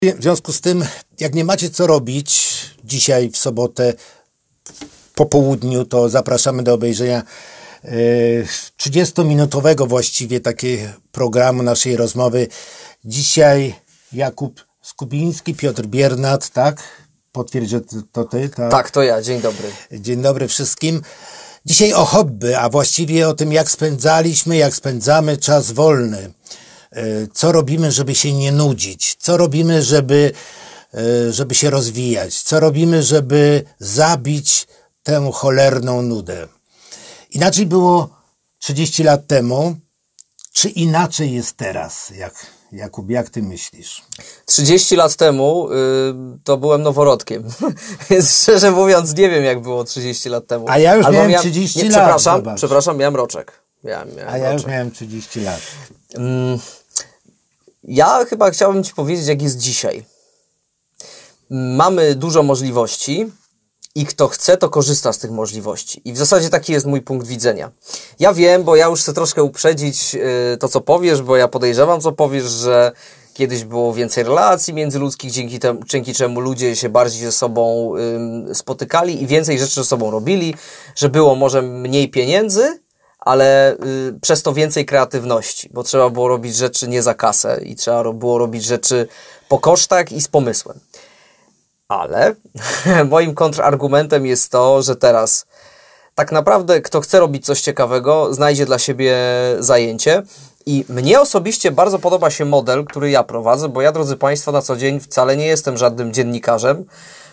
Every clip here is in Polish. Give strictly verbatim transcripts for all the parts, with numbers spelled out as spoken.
W związku z tym, jak nie macie co robić dzisiaj w sobotę po południu, to zapraszamy do obejrzenia trzydziestominutowego właściwie takiego programu naszej rozmowy. Dzisiaj Jakub Skubiński, Piotr Biernat, tak? Potwierdź, że to ty, tak? Tak, to ja. Dzień dobry. Dzień dobry wszystkim. Dzisiaj o hobby, a właściwie o tym, jak spędzaliśmy, jak spędzamy czas wolny. Co robimy, żeby się nie nudzić? Co robimy, żeby, żeby się rozwijać? Co robimy, żeby zabić tę cholerną nudę? Inaczej było trzydzieści lat temu. Czy inaczej jest teraz? Jak, Jakub, jak ty myślisz? trzydzieści lat temu y, to byłem noworodkiem. Więc szczerze mówiąc nie wiem, jak było trzydzieści lat temu. A ja już Albo miałem trzydzieści nie, lat. Przepraszam, zobacz. przepraszam, miałem roczek. Miałem, miałem A ja roczek. już miałem trzydzieści lat. Mm, ja chyba chciałbym ci powiedzieć, jak jest dzisiaj. Mamy dużo możliwości i kto chce, to korzysta z tych możliwości. I w zasadzie taki jest mój punkt widzenia. Ja wiem, bo ja już chcę troszkę uprzedzić yy, to, co powiesz, bo ja podejrzewam, co powiesz, że kiedyś było więcej relacji międzyludzkich, dzięki, temu, dzięki czemu ludzie się bardziej ze sobą yy, spotykali i więcej rzeczy ze sobą robili, że było może mniej pieniędzy, ale y, przez to więcej kreatywności, bo trzeba było robić rzeczy nie za kasę i trzeba było robić rzeczy po kosztach i z pomysłem. Ale moim kontrargumentem jest to, że teraz tak naprawdę kto chce robić coś ciekawego, znajdzie dla siebie zajęcie. I mnie osobiście bardzo podoba się model, który ja prowadzę, bo ja, drodzy Państwo, na co dzień wcale nie jestem żadnym dziennikarzem,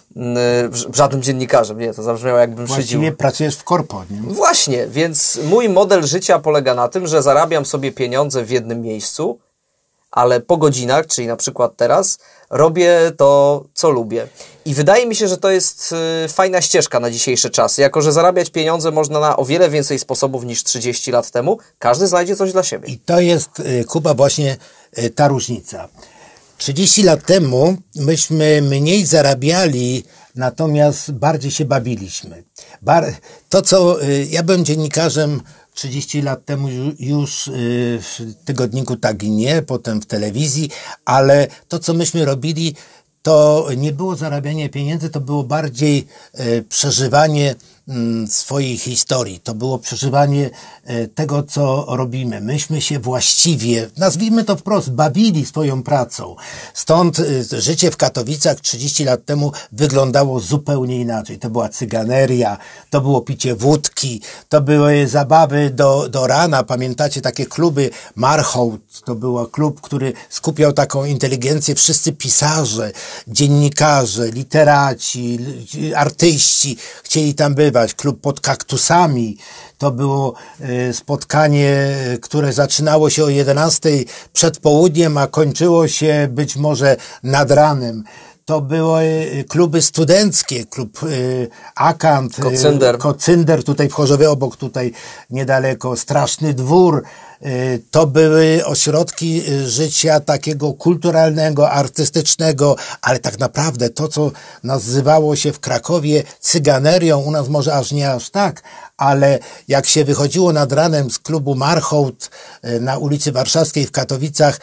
żadnym dziennikarzem, nie, to zabrzmiało jakbym szydził. Właściwie pracujesz w korpo, nie? Właśnie, więc mój model życia polega na tym, że zarabiam sobie pieniądze w jednym miejscu, ale po godzinach, czyli na przykład teraz, robię to, co lubię. I wydaje mi się, że to jest y, fajna ścieżka na dzisiejsze czasy. Jako że zarabiać pieniądze można na o wiele więcej sposobów niż trzydzieści lat temu, każdy znajdzie coś dla siebie. I to jest, Kuba, właśnie ta różnica. trzydzieści lat temu myśmy mniej zarabiali, natomiast bardziej się bawiliśmy. Bar- to, co ja byłem dziennikarzem trzydzieści lat temu już w tygodniku Tak i Nie, potem w telewizji, ale to, co myśmy robili, to nie było zarabianie pieniędzy, to było bardziej przeżywanie swojej historii. To było przeżywanie tego, co robimy. Myśmy się właściwie, nazwijmy to wprost, bawili swoją pracą. Stąd życie w Katowicach trzydzieści lat temu wyglądało zupełnie inaczej. To była cyganeria, to było picie wódki, to były zabawy do, do rana. Pamiętacie takie kluby? Marchołt to był klub, który skupiał taką inteligencję. Wszyscy pisarze, dziennikarze, literaci, artyści chcieli tam bywać. Klub pod kaktusami. To było spotkanie, które zaczynało się o jedenastej przed południem, a kończyło się być może nad ranem. To były kluby studenckie, klub Akant, Kocynder. Kocynder, tutaj w Chorzowie obok, tutaj niedaleko, Straszny Dwór. To były ośrodki życia takiego kulturalnego, artystycznego, ale tak naprawdę to, co nazywało się w Krakowie cyganerią, u nas może aż nie aż tak, ale jak się wychodziło nad ranem z klubu Marchołt na ulicy Warszawskiej w Katowicach,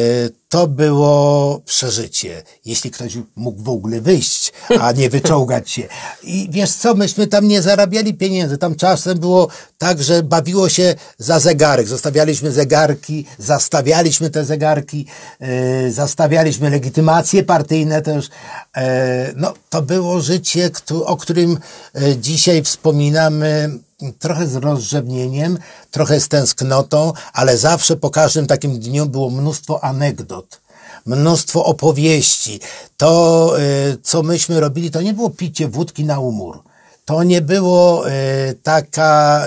to było przeżycie. Jeśli ktoś mógł w ogóle wyjść, a nie wyczołgać się. I wiesz co, myśmy tam nie zarabiali pieniędzy. Tam czasem było tak, że bawiło się za zegarek. Zostawialiśmy zegarki, zastawialiśmy te zegarki, yy, zastawialiśmy legitymacje partyjne też. Yy, no, to było życie, o którym yy, dzisiaj wspominamy trochę z rozrzewnieniem, trochę z tęsknotą, ale zawsze po każdym takim dniu było mnóstwo anegdot, mnóstwo opowieści. To, co myśmy robili, to nie było picie wódki na umór. To nie było taka,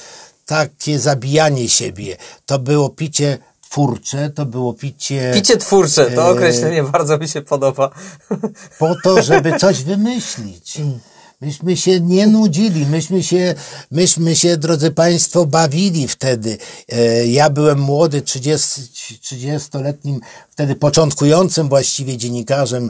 takie zabijanie siebie. To było picie twórcze, to było picie... Picie twórcze, to określenie bardzo mi się podoba. Po to, żeby coś wymyślić. Myśmy się nie nudzili, myśmy się, myśmy się, drodzy Państwo, bawili wtedy. Ja byłem młody, trzydziestoletnim, wtedy początkującym właściwie dziennikarzem,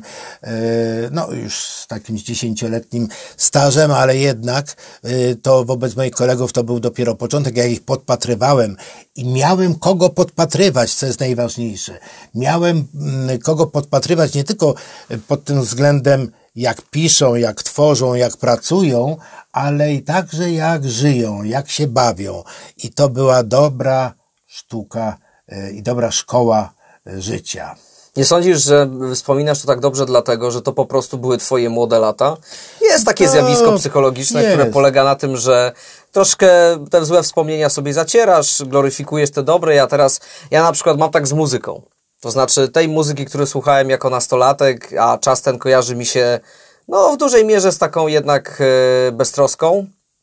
no już z takim dziesięcioletnim stażem, ale jednak to wobec moich kolegów to był dopiero początek, ja ich podpatrywałem i miałem kogo podpatrywać, co jest najważniejsze. Miałem kogo podpatrywać nie tylko pod tym względem, jak piszą, jak tworzą, jak pracują, ale i także jak żyją, jak się bawią. I to była dobra sztuka i dobra szkoła życia. Nie sądzisz, że wspominasz to tak dobrze dlatego, że to po prostu były twoje młode lata? Jest takie no, zjawisko psychologiczne, jest. które polega na tym, że troszkę te złe wspomnienia sobie zacierasz, gloryfikujesz te dobre. Ja teraz, ja na przykład mam tak z muzyką. To znaczy tej muzyki, której słuchałem jako nastolatek, a czas ten kojarzy mi się no w dużej mierze z taką jednak e, beztroską,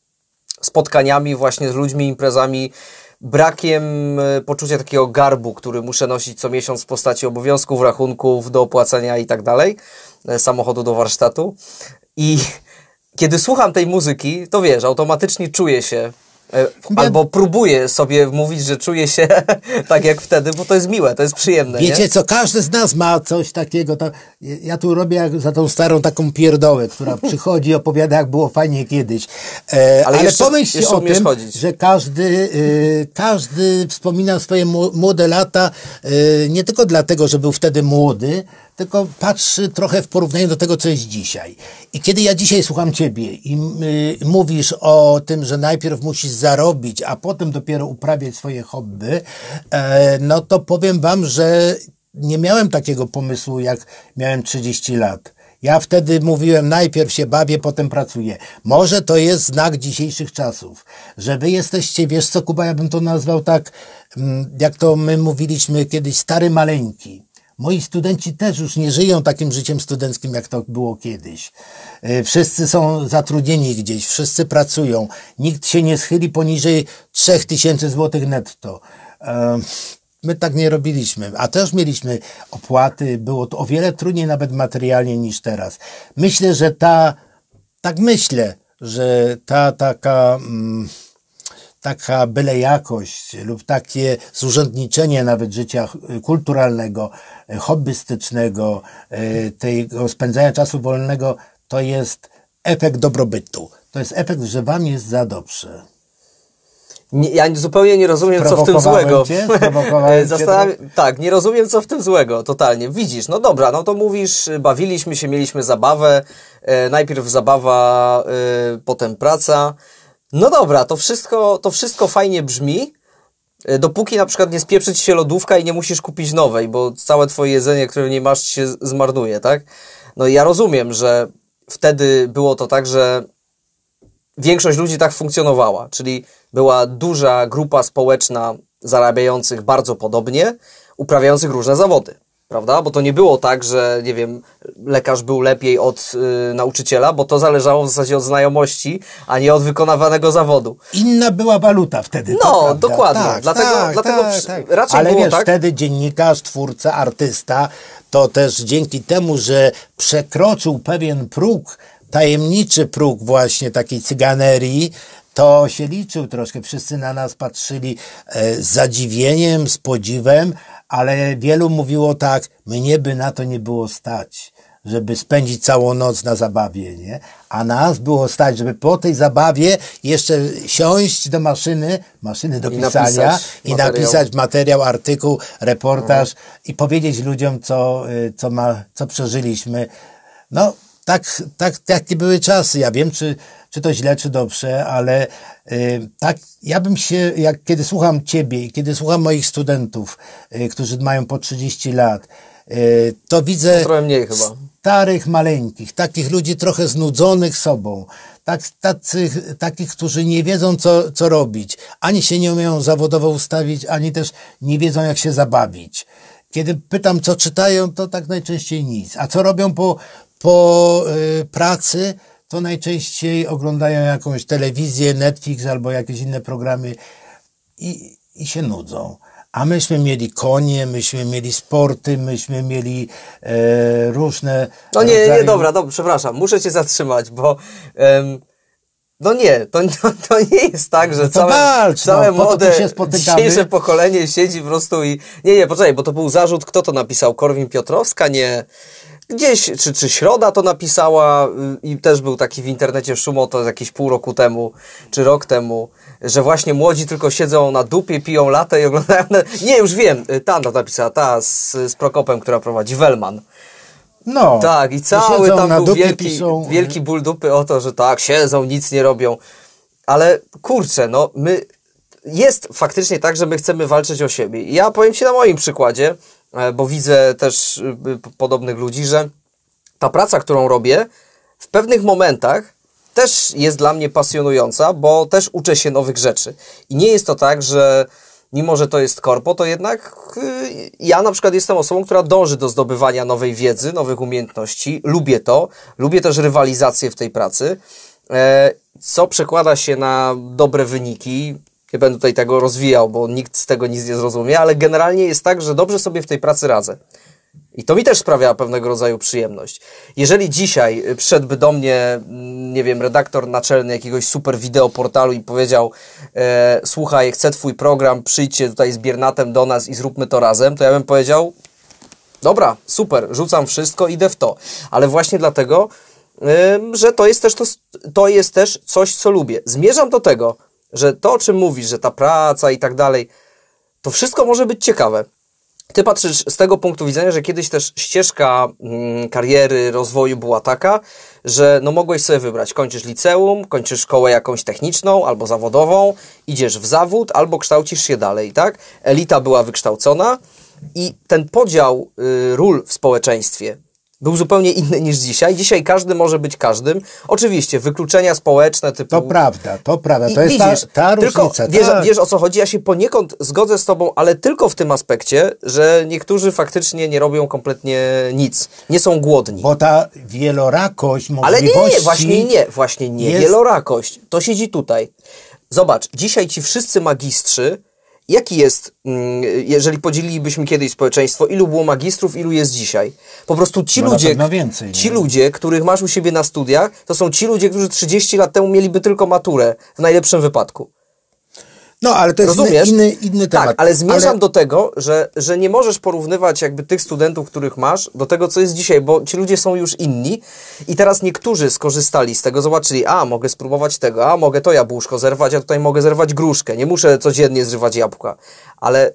spotkaniami właśnie z ludźmi, imprezami, brakiem e, poczucia takiego garbu, który muszę nosić co miesiąc w postaci obowiązków, rachunków do opłacenia i tak dalej, e, samochodu do warsztatu. I kiedy słucham tej muzyki, to wiesz, automatycznie czuję się albo próbuję sobie mówić, że czuję się tak jak wtedy, bo to jest miłe, to jest przyjemne. Wiecie nie? co, każdy z nas ma coś takiego. To ja tu robię jak za tą starą taką pierdołę, która przychodzi i opowiada, jak było fajnie kiedyś. E, ale ale jeszcze, pomyślcie jeszcze o tym, chodzić. że każdy, e, każdy wspomina swoje młode lata e, nie tylko dlatego, że był wtedy młody, tylko patrzy trochę w porównaniu do tego, co jest dzisiaj. I kiedy ja dzisiaj słucham ciebie i y, mówisz o tym, że najpierw musisz zarobić, a potem dopiero uprawiać swoje hobby, e, no to powiem wam, że nie miałem takiego pomysłu, jak miałem trzydzieści lat. Ja wtedy mówiłem, najpierw się bawię, potem pracuję. Może to jest znak dzisiejszych czasów, że wy jesteście, wiesz co, Kuba, ja bym to nazwał tak, jak to my mówiliśmy kiedyś, stary maleńki. Moi studenci też już nie żyją takim życiem studenckim, jak to było kiedyś. Wszyscy są zatrudnieni gdzieś, wszyscy pracują. Nikt się nie schyli poniżej trzech tysięcy złotych netto. My tak nie robiliśmy, a też mieliśmy opłaty, było to o wiele trudniej nawet materialnie niż teraz. Myślę, że ta, tak myślę, że ta taka... Mm, taka byle jakość lub takie zurzędniczenie nawet życia kulturalnego, hobbystycznego, tego spędzania czasu wolnego, to jest efekt dobrobytu. To jest efekt, że wam jest za dobrze. Nie, ja zupełnie nie rozumiem, co w tym złego. Cię? Zastanawiam, tak, nie rozumiem, co w tym złego, totalnie. Widzisz, no dobra, no to mówisz, bawiliśmy się, mieliśmy zabawę, e, najpierw zabawa, e, potem praca. No dobra, to wszystko, to wszystko fajnie brzmi, dopóki na przykład nie spieprzy ci się lodówka i nie musisz kupić nowej, bo całe twoje jedzenie, które nie masz, się zmarnuje, tak? No i ja rozumiem, że wtedy było to tak, że większość ludzi tak funkcjonowała, czyli była duża grupa społeczna zarabiających bardzo podobnie, uprawiających różne zawody. Prawda? Bo to nie było tak, że nie wiem, lekarz był lepiej od y, nauczyciela, bo to zależało w zasadzie od znajomości, a nie od wykonywanego zawodu. Inna była waluta wtedy. No, dokładnie. Tak, dlatego tak, dlatego tak, przy, tak. raczej Ale było wiesz, tak. wtedy dziennikarz, twórca, artysta, to też dzięki temu, że przekroczył pewien próg, tajemniczy próg właśnie takiej cyganerii, to się liczył troszkę. Wszyscy na nas patrzyli e, z zadziwieniem, z podziwem, ale wielu mówiło tak, mnie by na to nie było stać, żeby spędzić całą noc na zabawie, nie? A nas było stać, żeby po tej zabawie jeszcze siąść do maszyny, maszyny do I pisania napisać i materiał. napisać materiał, artykuł, reportaż mhm. i powiedzieć ludziom, co, co, ma, co przeżyliśmy. No, tak, tak, takie były czasy. Ja wiem, czy, czy to źle, czy dobrze, ale y, tak, ja bym się, jak kiedy słucham ciebie i kiedy słucham moich studentów, y, którzy mają po trzydzieści lat, y, to widzę trochę mniej chyba. Starych, maleńkich, takich ludzi trochę znudzonych sobą, tak, tacy, takich, którzy nie wiedzą, co, co robić, ani się nie umieją zawodowo ustawić, ani też nie wiedzą, jak się zabawić. Kiedy pytam, co czytają, to tak najczęściej nic. A co robią po Po y, pracy, to najczęściej oglądają jakąś telewizję, Netflix albo jakieś inne programy i, i się nudzą. A myśmy mieli konie, myśmy mieli sporty, myśmy mieli e, różne... No nie, rodzaje... nie, dobra, dobra, przepraszam, muszę cię zatrzymać, bo... Em, no nie, to, to, to nie jest tak, że no całe, walcz, całe no, młode, się dzisiejsze pokolenie siedzi po prostu i... Nie, nie, poczekaj, bo to był zarzut, kto to napisał? Korwin-Piotrowska? Nie... Gdzieś, czy, czy Środa to napisała i też był taki w internecie szum o to jakieś pół roku temu, czy rok temu, że właśnie młodzi tylko siedzą na dupie, piją latę i oglądają... Nie, już wiem, ta to napisała, ta z, z Prokopem, która prowadzi, Wellman. No. Tak, i cały tam był dupie, wielki, piszą... wielki ból dupy o to, że tak, siedzą, nic nie robią. Ale kurczę, no my... Jest faktycznie tak, że my chcemy walczyć o siebie. I ja powiem Ci na moim przykładzie, bo widzę też podobnych ludzi, że ta praca, którą robię, w pewnych momentach też jest dla mnie pasjonująca, bo też uczę się nowych rzeczy. I nie jest to tak, że mimo, że to jest korpo, to jednak ja na przykład jestem osobą, która dąży do zdobywania nowej wiedzy, nowych umiejętności. Lubię to. Lubię też rywalizację w tej pracy, co przekłada się na dobre wyniki. Nie będę tutaj tego rozwijał, bo nikt z tego nic nie zrozumie, ale generalnie jest tak, że dobrze sobie w tej pracy radzę. I to mi też sprawia pewnego rodzaju przyjemność. Jeżeli dzisiaj przyszedłby do mnie, nie wiem, redaktor naczelny jakiegoś super wideoportalu i powiedział e, słuchaj, chcę twój program, przyjdźcie tutaj z Biernatem do nas i zróbmy to razem, to ja bym powiedział dobra, super, rzucam wszystko, idę w to. Ale właśnie dlatego, e, że to jest też to, to jest też coś, co lubię. Zmierzam do tego, że to, o czym mówisz, że ta praca i tak dalej, to wszystko może być ciekawe. Ty patrzysz z tego punktu widzenia, że kiedyś też ścieżka mm, kariery, rozwoju była taka, że no mogłeś sobie wybrać, kończysz liceum, kończysz szkołę jakąś techniczną albo zawodową, idziesz w zawód albo kształcisz się dalej, tak? Elita była wykształcona i ten podział y, ról w społeczeństwie był zupełnie inny niż dzisiaj. Dzisiaj każdy może być każdym. Oczywiście wykluczenia społeczne typu... To prawda, to prawda. To I jest widzisz, ta, ta tylko, różnica. Wiesz, tak. wiesz o co chodzi? Ja się poniekąd zgodzę z tobą, ale tylko w tym aspekcie, że niektórzy faktycznie nie robią kompletnie nic. Nie są głodni. Bo ta wielorakość Ale możliwości... nie, nie, właśnie nie. Właśnie nie. jest... Wielorakość. To siedzi tutaj. Zobacz, dzisiaj ci wszyscy magistrzy, jaki jest, jeżeli podzielilibyśmy kiedyś społeczeństwo, ilu było magistrów, ilu jest dzisiaj? Po prostu ci no ludzie, więcej, ci ludzie, których masz u siebie na studiach, to są ci ludzie, którzy trzydzieści lat temu mieliby tylko maturę, w najlepszym wypadku. No, ale to jest inny, inny, inny temat. Tak, ale zmierzam ale... do tego, że, że nie możesz porównywać jakby tych studentów, których masz, do tego, co jest dzisiaj, bo ci ludzie są już inni i teraz niektórzy skorzystali z tego, zobaczyli, a mogę spróbować tego, a mogę to jabłuszko zerwać, a tutaj mogę zerwać gruszkę, nie muszę codziennie zrywać jabłka, ale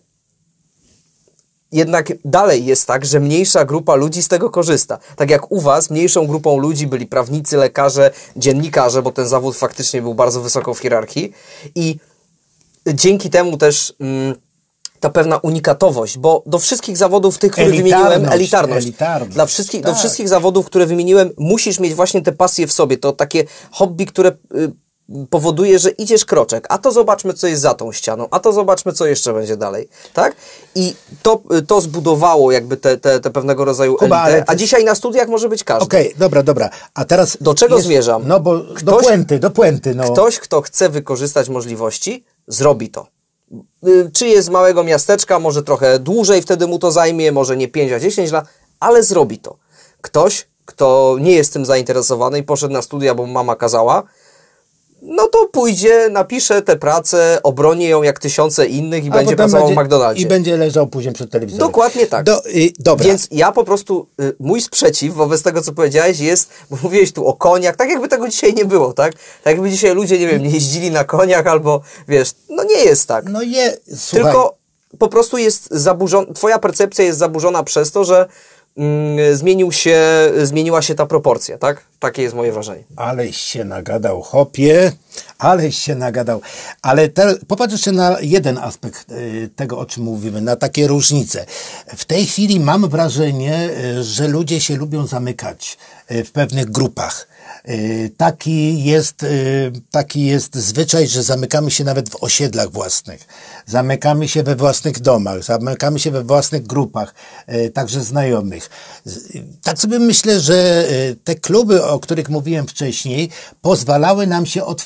jednak dalej jest tak, że mniejsza grupa ludzi z tego korzysta. Tak jak u was, mniejszą grupą ludzi byli prawnicy, lekarze, dziennikarze, bo ten zawód faktycznie był bardzo wysoko w hierarchii i dzięki temu też mm, ta pewna unikatowość, bo do wszystkich zawodów tych, które wymieniłem, elitarność. elitarność. Dla wszystkich, tak. Do wszystkich zawodów, które wymieniłem, musisz mieć właśnie te pasje w sobie. To takie hobby, które y, powoduje, że idziesz kroczek, a to zobaczmy, co jest za tą ścianą, a to zobaczmy, co jeszcze będzie dalej. Tak? I to, to zbudowało jakby te, te, te pewnego rodzaju Kuba, elitę, a ty... dzisiaj na studiach może być każdy. Okej, okay, dobra, dobra. A teraz... Do czego jest... zmierzam? No bo ktoś, do puenty, do puenty. No. Ktoś, kto chce wykorzystać możliwości, zrobi to. Czy jest z małego miasteczka, może trochę dłużej wtedy mu to zajmie, może nie pięć, a dziesięć lat, ale zrobi to. Ktoś, kto nie jest tym zainteresowany i poszedł na studia, bo mama kazała, no to pójdzie, napisze tę pracę, obroni ją jak tysiące innych i A będzie pracował będzie, w McDonaldzie. I będzie leżał później przed telewizorem. Dokładnie tak. Do, y, dobra. Więc ja po prostu, y, mój sprzeciw wobec tego, co powiedziałeś, jest, bo mówiłeś tu o koniach, tak jakby tego dzisiaj nie było, tak? Tak jakby dzisiaj ludzie, nie wiem, nie jeździli na koniach albo, wiesz, no nie jest tak. No je, słuchaj. Tylko po prostu jest zaburzona, twoja percepcja jest zaburzona przez to, że mm, zmienił się, zmieniła się ta proporcja, tak? Takie jest moje wrażenie. Aleś się nagadał, chopie, aleś się nagadał. Ale te, popatrz jeszcze na jeden aspekt y, tego, o czym mówimy, na takie różnice. W tej chwili mam wrażenie, y, że ludzie się lubią zamykać y, w pewnych grupach. Y, taki jest, y, taki jest zwyczaj, że zamykamy się nawet w osiedlach własnych. Zamykamy się we własnych domach, zamykamy się we własnych grupach, y, także znajomych. Tak sobie myślę, że y, te kluby, o których mówiłem wcześniej, pozwalały nam się otwierać.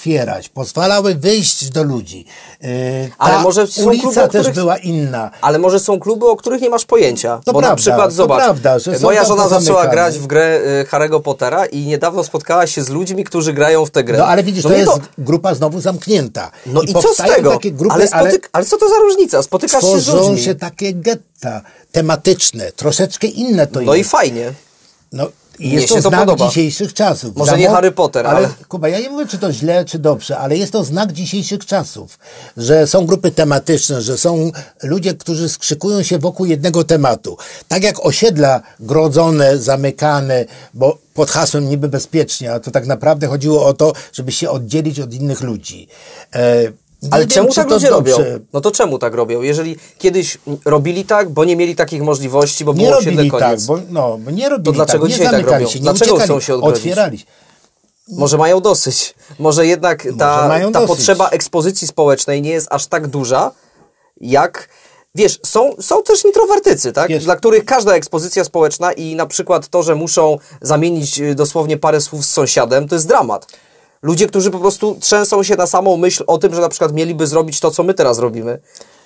rozmawiać, pozwalały wyjść do ludzi. Yy, Ale może są ulica kluby, o też których- była inna. Ale może są kluby, o których nie masz pojęcia. To Bo na prawda, przykład, to zobacz, prawda, że są moja tam żona zaczęła pozamykane. grać w grę y, Harry'ego Pottera i niedawno spotkała się z ludźmi, którzy grają w tę grę. No ale widzisz, No to mnie jest grupa znowu zamknięta. No i, co z powstają tego? takie grupy, ale, spotyk- ale co to za różnica? Spotykasz się z tworzą ludźmi. się takie getta tematyczne, troszeczkę inne to No jest. i fajnie. No, i Mnie jest się to to znak podoba. dzisiejszych czasów. Może Za nie mo- Harry Potter, ale- Kuba, ja nie mówię, czy to źle, czy dobrze, ale jest to znak dzisiejszych czasów, że są grupy tematyczne, że są ludzie, którzy skrzykują się wokół jednego tematu. Tak jak osiedla grodzone, zamykane, bo pod hasłem niby bezpiecznie, a to tak naprawdę chodziło o to, żeby się oddzielić od innych ludzi. E, nie Ale wiem, czemu czy tak to ludzie robią? dobrze. No to czemu tak robią? Jeżeli kiedyś robili tak, bo nie mieli takich możliwości, bo Nie było osiedle robili tak, koniec. bo, no, bo nie robili To dlaczego tak, nie dzisiaj tak zamykali robią? się, nie Dlaczego uciekali, chcą się odgrodzić? otwierali się. Może mają dosyć. Może jednak ta, mają ta dosyć. potrzeba ekspozycji społecznej nie jest aż tak duża, jak... Wiesz, są, są też introwertycy, tak? Jest. Dla których każda ekspozycja społeczna i na przykład to, że muszą zamienić y, dosłownie parę słów z sąsiadem, to jest dramat. Ludzie, którzy po prostu trzęsą się na samą myśl o tym, że na przykład mieliby zrobić to, co my teraz robimy.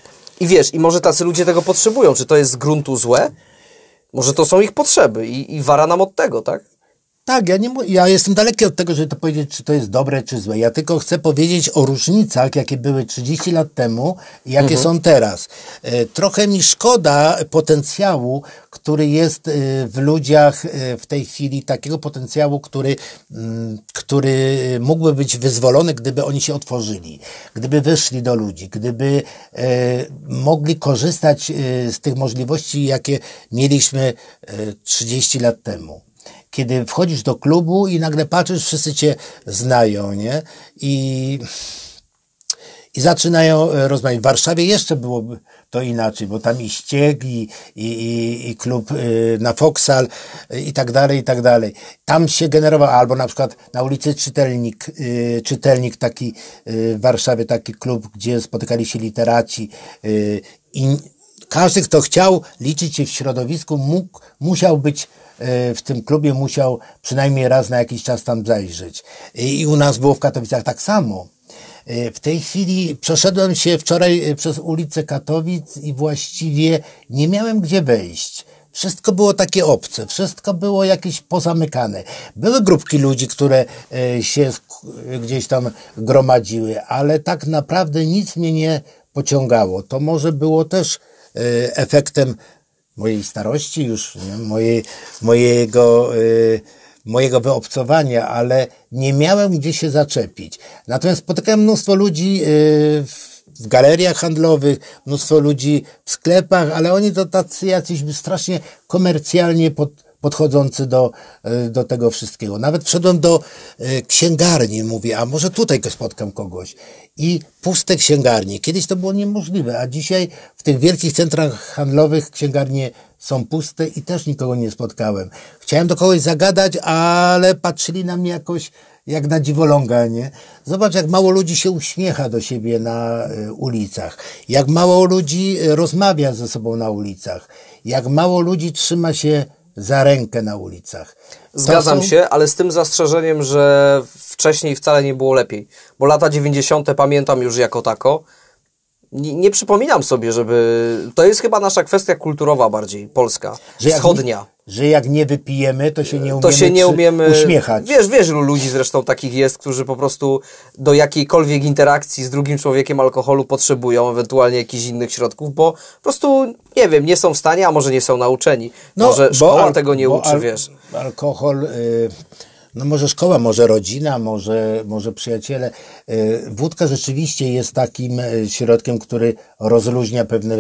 I wiesz, i może tacy ludzie tego potrzebują. Czy to jest z gruntu złe? Może to są ich potrzeby i, i wara nam od tego, tak? Tak, ja, nie, mu- ja jestem daleki od tego, żeby to powiedzieć, czy to jest dobre, czy złe. Ja tylko chcę powiedzieć o różnicach, jakie były trzydzieści lat temu i jakie Mhm. są teraz. E, trochę mi szkoda potencjału, który jest e, w ludziach e, w tej chwili, takiego potencjału, który, mm, który mógłby być wyzwolony, gdyby oni się otworzyli, gdyby wyszli do ludzi, gdyby e, mogli korzystać e, z tych możliwości, jakie mieliśmy e, trzydzieści lat temu. Kiedy wchodzisz do klubu i nagle patrzysz, wszyscy cię znają, nie? I, i zaczynają e, rozmawiać. W Warszawie jeszcze byłoby to inaczej, bo tam i ścieg, i, i, i, i klub y, na Foksal y, i tak dalej, i tak dalej. Tam się generował, albo na przykład na ulicy Czytelnik, y, Czytelnik taki y, w Warszawie, taki klub, gdzie spotykali się literaci y, i każdy, kto chciał liczyć się w środowisku, mógł, musiał być w tym klubie, musiał przynajmniej raz na jakiś czas tam zajrzeć. I u nas było w Katowicach tak samo. W tej chwili przeszedłem się wczoraj przez ulicę Katowic i właściwie nie miałem gdzie wejść. Wszystko było takie obce, wszystko było jakieś pozamykane. Były grupki ludzi, które się gdzieś tam gromadziły, ale tak naprawdę nic mnie nie pociągało. To może było też efektem mojej starości już, nie? Mojej, mojego, y, mojego wyobcowania, ale nie miałem gdzie się zaczepić. Natomiast spotykałem mnóstwo ludzi y, w, w galeriach handlowych, mnóstwo ludzi w sklepach, ale oni to tacy jacyś strasznie komercjalnie pod, podchodzący do, y, do tego wszystkiego. Nawet wszedłem do y, księgarni, mówię, a może tutaj spotkam kogoś. I puste księgarnie. Kiedyś to było niemożliwe, a dzisiaj w tych wielkich centrach handlowych księgarnie są puste i też nikogo nie spotkałem. Chciałem do kogoś zagadać, ale patrzyli na mnie jakoś jak na dziwoląga, nie? Zobacz, jak mało ludzi się uśmiecha do siebie na y, ulicach. Jak mało ludzi y, rozmawia ze sobą na ulicach. Jak mało ludzi trzyma się za rękę na ulicach. To Zgadzam są- się, ale z tym zastrzeżeniem, że wcześniej wcale nie było lepiej. Bo lata dziewięćdziesiąte pamiętam już jako tako. Nie, nie przypominam sobie, żeby... To jest chyba nasza kwestia kulturowa bardziej, polska, Że jak wschodnia. Że jak nie wypijemy, to się nie umiemy, To się nie przy- umiemy uśmiechać. Wiesz, wiesz, ilu ludzi zresztą takich jest, którzy po prostu do jakiejkolwiek interakcji z drugim człowiekiem alkoholu potrzebują, ewentualnie jakichś innych środków, bo po prostu, nie wiem, nie są w stanie, a może nie są nauczeni. może bo szkoła al- tego nie bo uczy, al- wiesz. Alkohol, y, no może szkoła, może rodzina, może, może przyjaciele. Y, wódka rzeczywiście jest takim y, środkiem, który rozluźnia pewne,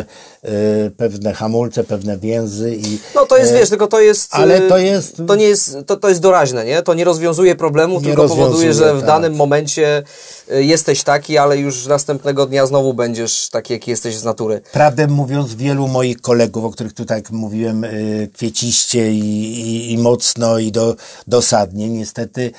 y, pewne hamulce, pewne więzy. I, No to jest, y, wiesz, tylko to jest... ale y, to jest- To nie jest, to, to jest doraźne, nie? To nie rozwiązuje problemu, Nie tylko powoduje, rozwiązuje, że w tak. danym momencie y, jesteś taki, ale już następnego dnia znowu będziesz taki, jaki jesteś z natury. Prawdę mówiąc, wielu moich kolegów, o których tutaj jak mówiłem, y, kwieciście i, i, i mocno i do, dosadnie, niestety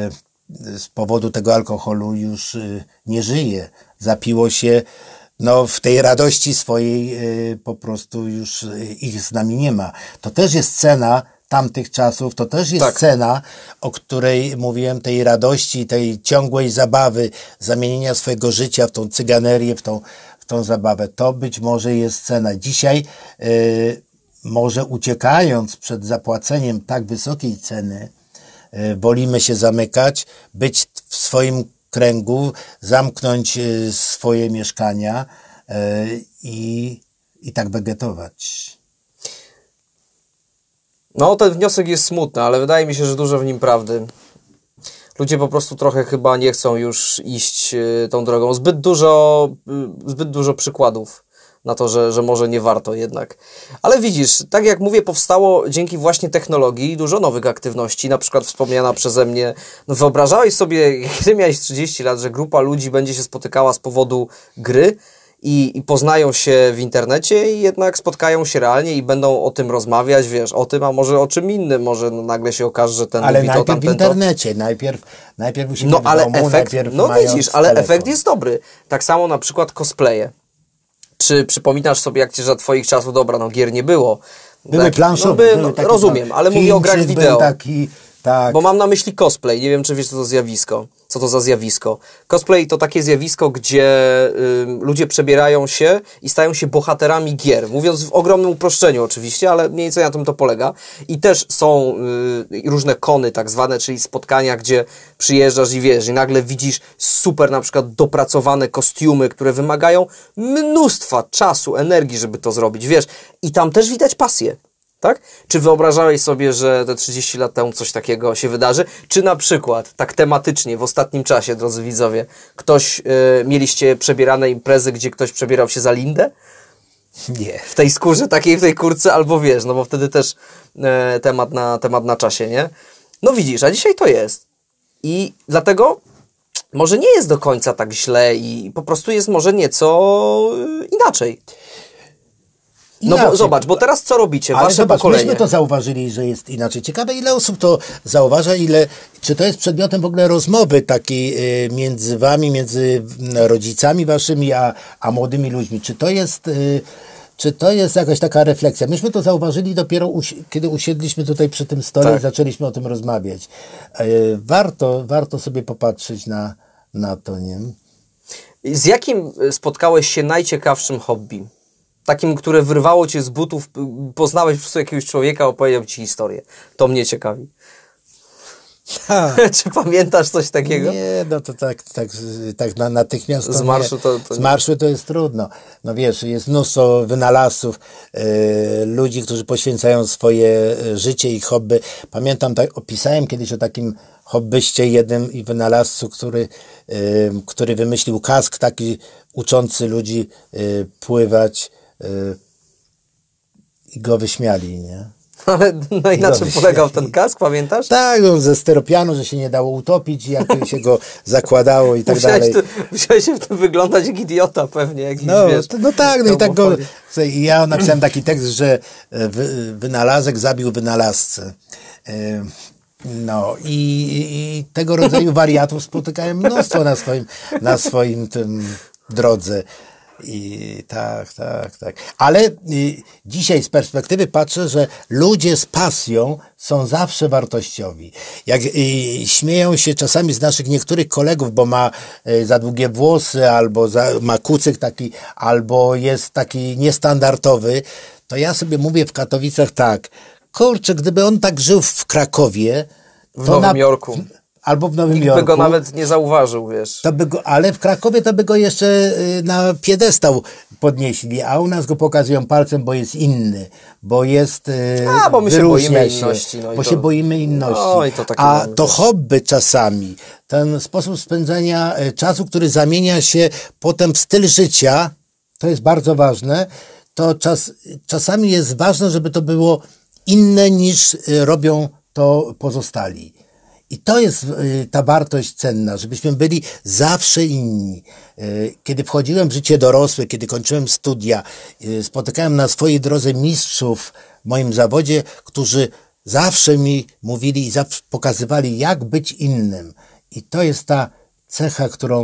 y, z powodu tego alkoholu już y, nie żyje. Zapiło się, no w tej radości swojej y, po prostu już y, ich z nami nie ma. To też jest cena tamtych czasów, to też jest Tak. cena, o której mówiłem, tej radości, tej ciągłej zabawy, zamienienia swojego życia w tą cyganerię, w tą, w tą zabawę. To być może jest cena. Dzisiaj yy, może uciekając przed zapłaceniem tak wysokiej ceny, yy, wolimy się zamykać, być w swoim kręgu, zamknąć yy, swoje mieszkania yy, i, i tak wegetować. No, ten wniosek jest smutny, ale wydaje mi się, że dużo w nim prawdy. Ludzie po prostu trochę chyba nie chcą już iść y, tą drogą. Zbyt dużo, y, zbyt dużo przykładów na to, że, że może nie warto jednak. Ale widzisz, tak jak mówię, powstało dzięki właśnie technologii dużo nowych aktywności, na przykład wspomniana przeze mnie. No, wyobrażałeś sobie, kiedy miałeś trzydzieści lat, że grupa ludzi będzie się spotykała z powodu gry, I, i poznają się w internecie i jednak spotkają się realnie i będą o tym rozmawiać, wiesz, o tym, a może o czym innym, może no, nagle się okaże, że ten ale mówi to, najpierw tamten w internecie, najpierw, najpierw u siebie No w ale domu, efekt, najpierw no mając widzisz, ale telefon. efekt jest dobry. Tak samo na przykład cosplaye. Czy przypominasz sobie, jak ci za twoich czasów, dobra, no gier nie było. Były tak, planszowe. No, by, były no, takie rozumiem, ale mówię o grach Chińczyk wideo. Był taki, tak. Bo mam na myśli cosplay. Nie wiem, czy wiesz, co to zjawisko. Co to za zjawisko. Cosplay to takie zjawisko, gdzie y, ludzie przebierają się i stają się bohaterami gier. Mówiąc w ogromnym uproszczeniu oczywiście, ale mniej więcej na tym to polega. I też są y, różne kony tak zwane, czyli spotkania, gdzie przyjeżdżasz i wiesz, i nagle widzisz super na przykład dopracowane kostiumy, które wymagają mnóstwa czasu, energii, żeby to zrobić, wiesz. I tam też widać pasję. Tak? Czy wyobrażałeś sobie, że te trzydzieści lat temu coś takiego się wydarzy? Czy na przykład, tak tematycznie, w ostatnim czasie, drodzy widzowie, ktoś, y, mieliście przebierane imprezy, gdzie ktoś przebierał się za Lindę? Nie. W tej skórze takiej, w tej kurce, albo wiesz, no bo wtedy też y, temat, na, temat na czasie, nie? No widzisz, a dzisiaj to jest. I dlatego może nie jest do końca tak źle i po prostu jest może nieco y, inaczej. No Inaczej. bo zobacz, bo teraz co robicie? Ale Wasze zobacz, pokolenie. myśmy to zauważyli, że jest inaczej. Ciekawe, ile osób to zauważa, ile, czy to jest przedmiotem w ogóle rozmowy takiej y, między wami, między rodzicami waszymi, a, a młodymi ludźmi. Czy to jest... Y, Czy to jest jakaś taka refleksja? Myśmy to zauważyli dopiero, usi- kiedy usiedliśmy tutaj przy tym stole Tak. i zaczęliśmy o tym rozmawiać. Y, warto, warto sobie popatrzeć na, na to, nie? Z jakim spotkałeś się najciekawszym hobby? Takim, które wyrwało cię z butów, poznałeś po prostu jakiegoś człowieka, opowiedział ci historię. To mnie ciekawi. Czy pamiętasz coś takiego? Nie, no to tak, tak, tak na, natychmiast. Z marszu to, to Z marszu to jest trudno. No wiesz, jest mnóstwo wynalazców, yy, ludzi, którzy poświęcają swoje życie i hobby. Pamiętam, tak, opisałem kiedyś o takim hobbyście jednym i wynalazcu, który, yy, który wymyślił kask taki uczący ludzi yy, pływać yy, i go wyśmiali, nie? Ale no i na czym Dobrze. polegał ten kask, pamiętasz? Tak, no, ze styropianu, że się nie dało utopić, jak się go zakładało i tak Musiałeś, dalej. tu, musiałeś się w tym wyglądać jak idiota pewnie. Jakiś, No, wiesz, to, no tak, no i tak go... homofobii. Słuchaj, ja napisałem taki tekst, że wy, wynalazek zabił wynalazcę. E, No i, i tego rodzaju wariatów spotykałem mnóstwo na swoim, na swoim tym drodze. I tak, tak, tak. Ale y, dzisiaj z perspektywy patrzę, że ludzie z pasją są zawsze wartościowi. Jak y, śmieją się czasami z naszych niektórych kolegów, bo ma y, za długie włosy, albo za, ma kucyk taki, albo jest taki niestandardowy, to ja sobie mówię w Katowicach tak, kurczę, gdyby on tak żył w Krakowie, W to Nowym na, Jorku. albo w Nowym Nikt Jorku. by go nawet nie zauważył, wiesz. To by go, ale w Krakowie to by go jeszcze y, na piedestał podnieśli, a u nas go pokazują palcem, bo jest inny, bo jest y, A, bo my się wyróżnia boimy inności, no i bo to- się boimy inności. No i to takie a mamy, to wiesz. hobby czasami, ten sposób spędzania y, czasu, który zamienia się potem w styl życia, to jest bardzo ważne, to czas, czasami jest ważne, żeby to było inne niż y, robią to pozostali. I to jest y, ta wartość cenna, żebyśmy byli zawsze inni. Y, kiedy wchodziłem w życie dorosłe, kiedy kończyłem studia, y, spotykałem na swojej drodze mistrzów w moim zawodzie, którzy zawsze mi mówili i zawsze pokazywali, jak być innym. I to jest ta cecha, którą,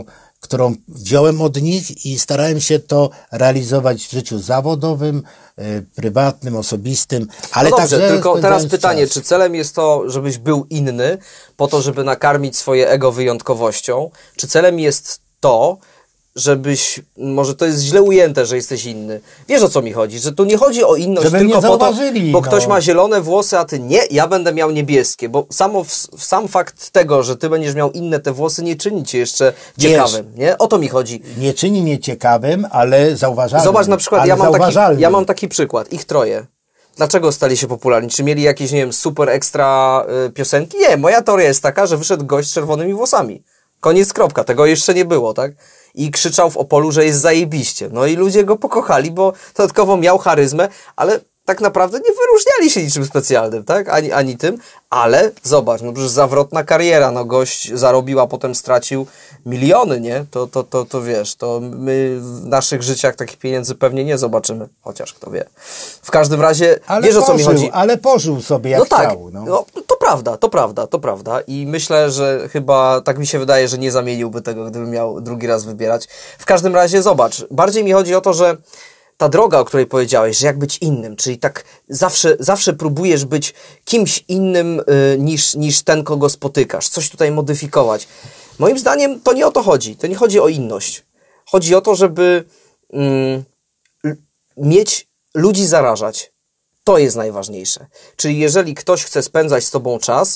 którą wziąłem od nich i starałem się to realizować w życiu zawodowym, y, prywatnym, osobistym, ale no dobrze, także tylko teraz spędzając pytanie, czas. czy celem jest to, żebyś był inny po to, żeby nakarmić swoje ego wyjątkowością, czy celem jest to, żebyś, może to jest źle ujęte, że jesteś inny. Wiesz, o co mi chodzi, że tu nie chodzi o inność Żeby tylko mnie po to, zauważyli, bo no. ktoś ma zielone włosy, a ty nie, ja będę miał niebieskie, bo samo, sam fakt tego, że ty będziesz miał inne te włosy, nie czyni cię jeszcze Wiesz, ciekawym, nie? O to mi chodzi. Nie czyni mnie ciekawym, ale zauważalnym. Zobacz na przykład, ale ja mam, taki, zauważalnym. ja mam taki przykład, ich troje. Dlaczego stali się popularni? Czy mieli jakieś, nie wiem, super ekstra y, piosenki? Nie, moja teoria jest taka, że wyszedł gość z czerwonymi włosami. Koniec, kropka. Tego jeszcze nie było, tak? I krzyczał w Opolu, że jest zajebiście. No i ludzie go pokochali, bo dodatkowo miał charyzmę, ale tak naprawdę nie wyróżniali się niczym specjalnym, tak? Ani, ani tym, ale zobacz, no przecież zawrotna kariera, no gość zarobił, a potem stracił miliony, nie? To, to, to, to wiesz, to my w naszych życiach takich pieniędzy pewnie nie zobaczymy, chociaż kto wie. W każdym razie, ale wiesz, o co mi pożył, chodzi? Ale pożył sobie jak No tak, chciał. No. no, to prawda, to prawda, to prawda i myślę, że chyba, tak mi się wydaje, że nie zamieniłby tego, gdyby miał drugi raz wybierać. W każdym razie zobacz, bardziej mi chodzi o to, że ta droga, o której powiedziałeś, że jak być innym, czyli tak zawsze, zawsze próbujesz być kimś innym y, niż, niż ten, kogo spotykasz, coś tutaj modyfikować. Moim zdaniem to nie o to chodzi, to nie chodzi o inność. Chodzi o to, żeby mm, mieć ludzi zarażać. To jest najważniejsze. Czyli jeżeli ktoś chce spędzać z tobą czas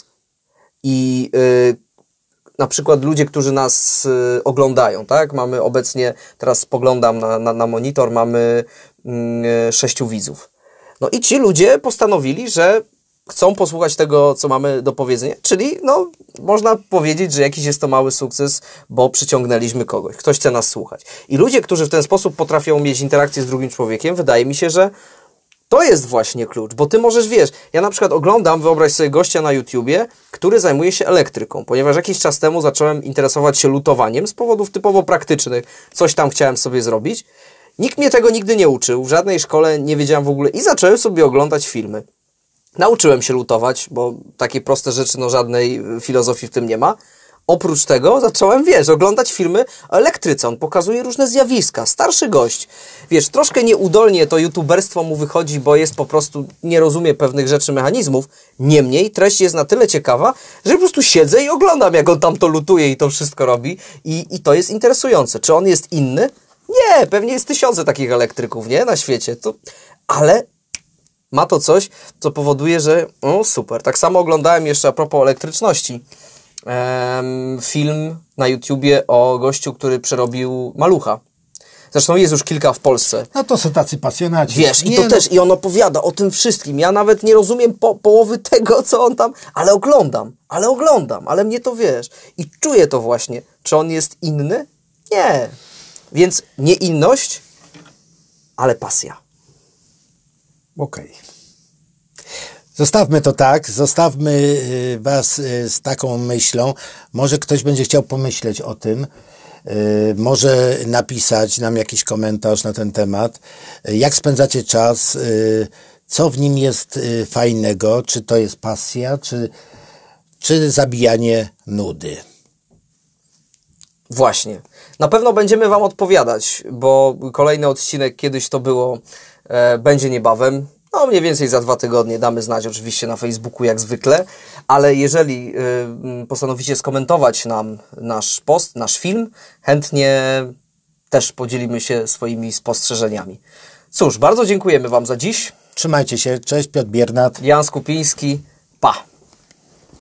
i yy, na przykład ludzie, którzy nas y, oglądają, tak? Mamy obecnie, teraz spoglądam na, na, na monitor, mamy y, sześciu widzów. No i ci ludzie postanowili, że chcą posłuchać tego, co mamy do powiedzenia, czyli no, można powiedzieć, że jakiś jest to mały sukces, bo przyciągnęliśmy kogoś. Ktoś chce nas słuchać. I ludzie, którzy w ten sposób potrafią mieć interakcję z drugim człowiekiem, wydaje mi się, że to jest właśnie klucz, bo ty możesz, wiesz, ja na przykład oglądam, wyobraź sobie gościa na YouTubie, który zajmuje się elektryką, ponieważ jakiś czas temu zacząłem interesować się lutowaniem z powodów typowo praktycznych, coś tam chciałem sobie zrobić. Nikt mnie tego nigdy nie uczył, w żadnej szkole nie wiedziałem w ogóle i zacząłem sobie oglądać filmy. Nauczyłem się lutować, bo takie proste rzeczy, no żadnej filozofii w tym nie ma. Oprócz tego zacząłem, wiesz, oglądać filmy o elektryce. On pokazuje różne zjawiska. Starszy gość. Wiesz, troszkę nieudolnie to youtuberstwo mu wychodzi, bo jest po prostu, nie rozumie pewnych rzeczy, mechanizmów. Niemniej treść jest na tyle ciekawa, że po prostu siedzę i oglądam, jak on tam to lutuje i to wszystko robi. I, i to jest interesujące. Czy on jest inny? Nie, pewnie jest tysiące takich elektryków, nie? Na świecie. To... Ale ma to coś, co powoduje, że o, super. Tak samo oglądałem jeszcze a propos elektryczności. Film na YouTubie o gościu, który przerobił malucha. Zresztą jest już kilka w Polsce. No to są tacy pasjonaci. Wiesz, nie, i to no... też, i on opowiada o tym wszystkim. Ja nawet nie rozumiem po, połowy tego, co on tam, ale oglądam, ale oglądam, ale mnie to wiesz. I czuję to właśnie. Czy on jest inny? Nie. Więc nie inność, ale pasja. Okej. Okay. Zostawmy to tak, zostawmy was z taką myślą. Może ktoś będzie chciał pomyśleć o tym, może napisać nam jakiś komentarz na ten temat. Jak spędzacie czas, co w nim jest fajnego, czy to jest pasja, czy, czy zabijanie nudy. Właśnie. Na pewno będziemy wam odpowiadać, bo kolejny odcinek, kiedyś to było, e, będzie niebawem. No mniej więcej za dwa tygodnie damy znać oczywiście na Facebooku jak zwykle, ale jeżeli y, postanowicie skomentować nam nasz post, nasz film, chętnie też podzielimy się swoimi spostrzeżeniami. Cóż, bardzo dziękujemy wam za dziś. Trzymajcie się, cześć, Piotr Biernat. Jan Skupiński, pa!